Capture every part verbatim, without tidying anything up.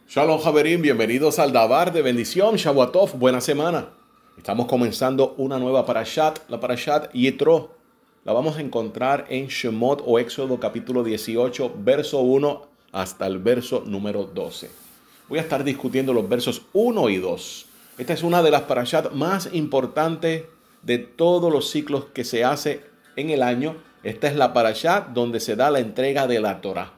Shalom Javerín, bienvenidos al Dabar de bendición, Shavuot, buena semana. Estamos comenzando una nueva parashat, la parashat Yitro. La vamos a encontrar en Shemot o Éxodo capítulo dieciocho, verso uno hasta el verso número doce. Voy a estar discutiendo los versos uno y dos. Esta es una de las parashat más importantes de todos los ciclos que se hace en el año. Esta es la parashat donde se da la entrega de la Torah.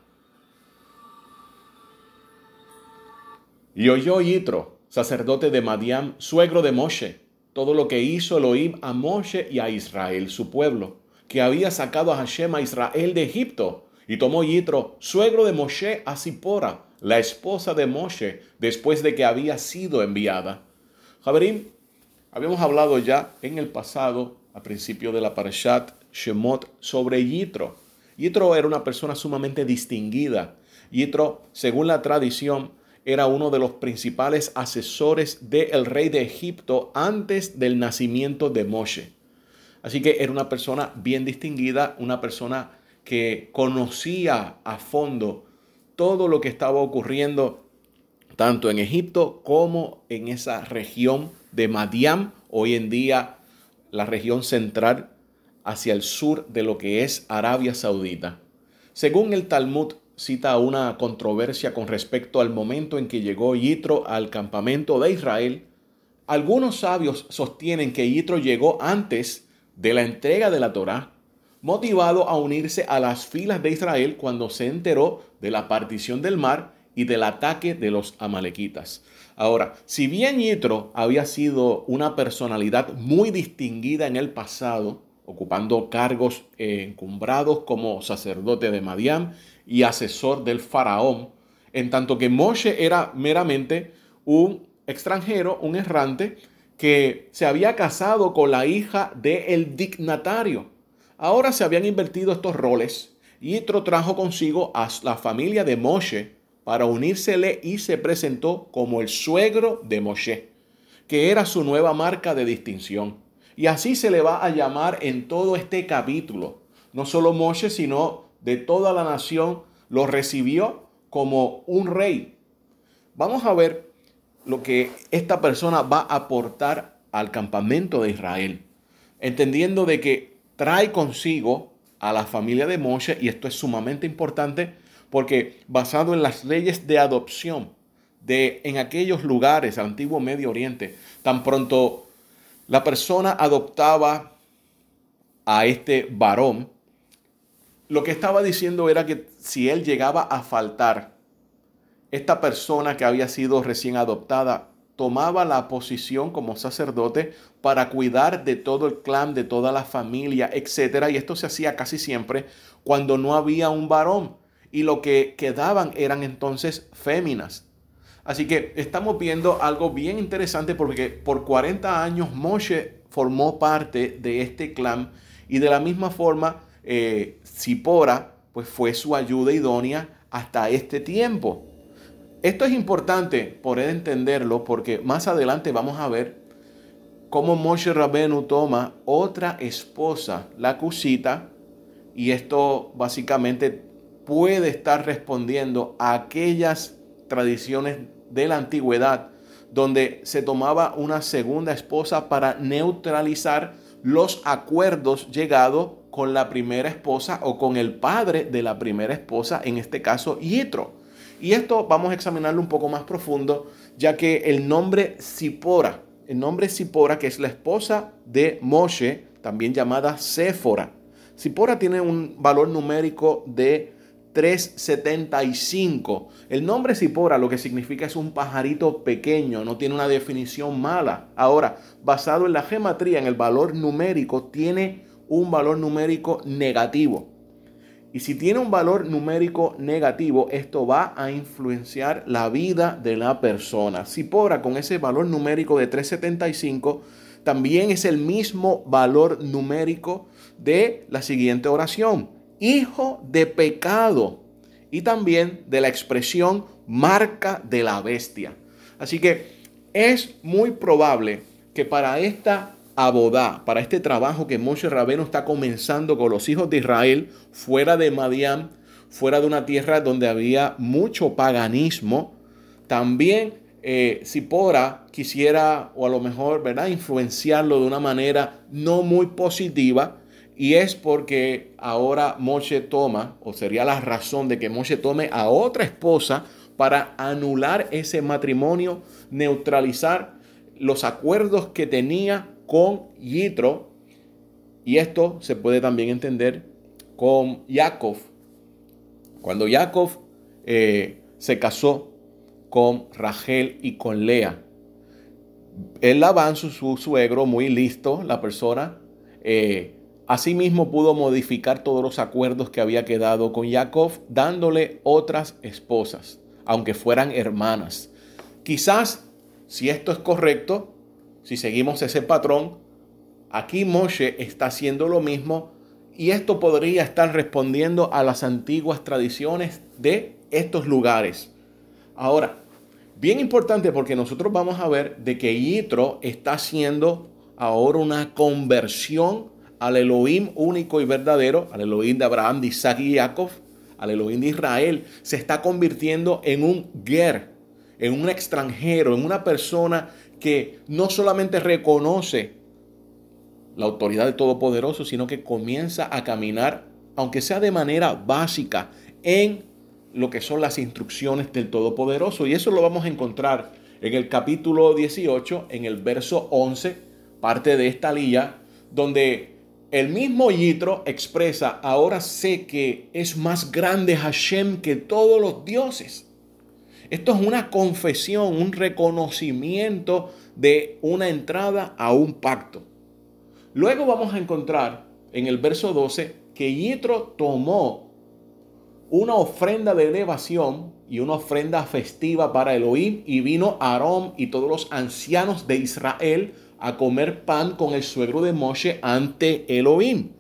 Y oyó Yitro, sacerdote de Madián, suegro de Moshe, todo lo que hizo Elohim a Moshe y a Israel, su pueblo, que había sacado a Hashem a Israel de Egipto. Y tomó Yitro, suegro de Moshe, a Zipora, la esposa de Moshe, después de que había sido enviada. Javerim, habíamos hablado ya en el pasado, a principio de la parashat Shemot, sobre Yitro. Yitro era una persona sumamente distinguida. Yitro, según la tradición, era uno de los principales asesores del rey de Egipto antes del nacimiento de Moshe. Así que era una persona bien distinguida, una persona que conocía a fondo todo lo que estaba ocurriendo tanto en Egipto como en esa región de Madián, hoy en día la región central hacia el sur de lo que es Arabia Saudita. Según el Talmud, cita una controversia con respecto al momento en que llegó Yitro al campamento de Israel. Algunos sabios sostienen que Yitro llegó antes de la entrega de la Torá, motivado a unirse a las filas de Israel cuando se enteró de la partición del mar y del ataque de los amalequitas. Ahora, si bien Yitro había sido una personalidad muy distinguida en el pasado, ocupando cargos encumbrados como sacerdote de Madián y asesor del faraón, en tanto que Moshe era meramente un extranjero, un errante, que se había casado con la hija del dignatario. Ahora se habían invertido estos roles. Yitro trajo consigo a la familia de Moshe para unírsele y se presentó como el suegro de Moshe, que era su nueva marca de distinción. Y así se le va a llamar en todo este capítulo. No solo Moshe, sino de toda la nación lo recibió como un rey. Vamos a ver lo que esta persona va a aportar al campamento de Israel, entendiendo de que trae consigo a la familia de Moshe, y esto es sumamente importante porque basado en las leyes de adopción de en aquellos lugares, al antiguo Medio Oriente, tan pronto la persona adoptaba a este varón, lo que estaba diciendo era que si él llegaba a faltar, esta persona que había sido recién adoptada tomaba la posición como sacerdote para cuidar de todo el clan, de toda la familia, etcétera. Y esto se hacía casi siempre cuando no había un varón. Y lo que quedaban eran entonces féminas. Así que estamos viendo algo bien interesante porque por cuarenta años Moshe formó parte de este clan y de la misma forma eh, Zipora pues fue su ayuda idónea hasta este tiempo. Esto es importante poder entenderlo porque más adelante vamos a ver cómo Moshe Rabenu toma otra esposa, la Cusita, y esto básicamente puede estar respondiendo a aquellas tradiciones de la antigüedad donde se tomaba una segunda esposa para neutralizar los acuerdos llegados con la primera esposa o con el padre de la primera esposa, en este caso Yitro. Y esto vamos a examinarlo un poco más profundo, ya que el nombre Zipora, el nombre Zipora, que es la esposa de Moshe, también llamada Séfora. Zipora tiene un valor numérico de trescientos setenta y cinco. El nombre Zipora lo que significa es un pajarito pequeño, no tiene una definición mala. Ahora, basado en la gematría, en el valor numérico, tiene un valor numérico negativo. Y si tiene un valor numérico negativo, esto va a influenciar la vida de la persona. Zipora, con ese valor numérico de trescientos setenta y cinco, también es el mismo valor numérico de la siguiente oración: hijo de pecado, y también de la expresión marca de la bestia. Así que es muy probable que para esta abodá, para este trabajo que Moshe Rabenu está comenzando con los hijos de Israel fuera de Madián, fuera de una tierra donde había mucho paganismo, También eh, Zipora quisiera, o a lo mejor, ¿verdad?, influenciarlo de una manera no muy positiva, y es porque ahora Moshe toma, o sería la razón de que Moshe tome a otra esposa para anular ese matrimonio, neutralizar los acuerdos que tenía con Yitro. Y esto se puede también entender con Jacob. Cuando Jacob eh, se casó con Rachel y con Lea, el Labán, su, su suegro, muy listo, la persona, eh, asimismo pudo modificar todos los acuerdos que había quedado con Jacob, dándole otras esposas, aunque fueran hermanas. Quizás, si esto es correcto, si seguimos ese patrón, aquí Moshe está haciendo lo mismo, y esto podría estar respondiendo a las antiguas tradiciones de estos lugares. Ahora, bien importante, porque nosotros vamos a ver de que Yitro está haciendo ahora una conversión al Elohim único y verdadero, al Elohim de Abraham, de Isaac y Jacob, al Elohim de Israel. Se está convirtiendo en un ger, en un extranjero, en una persona que no solamente reconoce la autoridad del Todopoderoso, sino que comienza a caminar, aunque sea de manera básica, en lo que son las instrucciones del Todopoderoso. Y eso lo vamos a encontrar en el capítulo dieciocho, en el verso once, parte de esta lía, donde el mismo Yitro expresa: ahora sé que es más grande Hashem que todos los dioses. Esto es una confesión, un reconocimiento de una entrada a un pacto. Luego vamos a encontrar en el verso doce que Yitro tomó una ofrenda de elevación y una ofrenda festiva para Elohim, y vino Aarón y todos los ancianos de Israel a comer pan con el suegro de Moshe ante Elohim.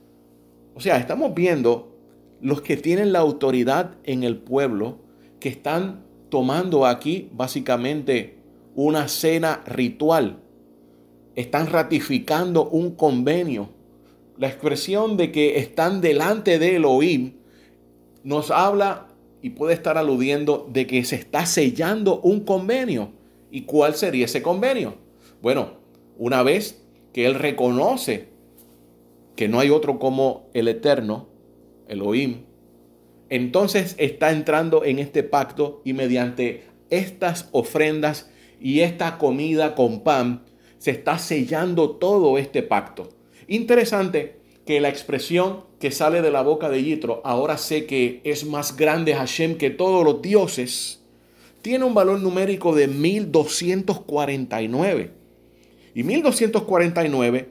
O sea, estamos viendo los que tienen la autoridad en el pueblo, que están tomando aquí básicamente una cena ritual. Están ratificando un convenio. La expresión de que están delante de Elohim nos habla y puede estar aludiendo de que se está sellando un convenio. ¿Y cuál sería ese convenio? Bueno, una vez que él reconoce que no hay otro como el Eterno, Elohim, entonces está entrando en este pacto, y mediante estas ofrendas y esta comida con pan se está sellando todo este pacto. Interesante que la expresión que sale de la boca de Yitro, ahora sé que es más grande Hashem que todos los dioses, tiene un valor numérico de mil doscientos cuarenta y nueve. Y mil doscientos cuarenta y nueve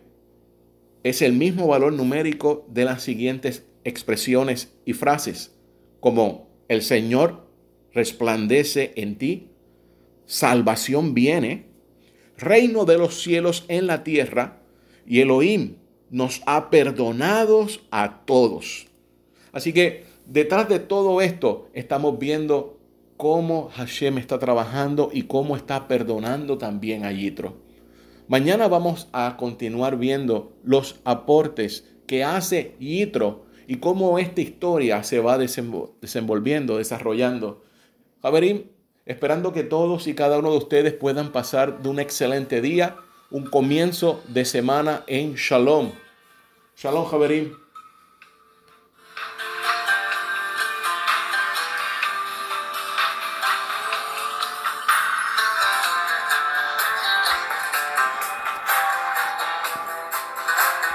es el mismo valor numérico de las siguientes expresiones y frases, como: el Señor resplandece en ti, salvación viene, reino de los cielos en la tierra, y Elohim nos ha perdonado a todos. Así que detrás de todo esto estamos viendo cómo Hashem está trabajando y cómo está perdonando también a Yitro. Mañana vamos a continuar viendo los aportes que hace Yitro y cómo esta historia se va desenvolviendo, desarrollando. Javerim, esperando que todos y cada uno de ustedes puedan pasar de un excelente día, un comienzo de semana en Shalom. Shalom, Javerim.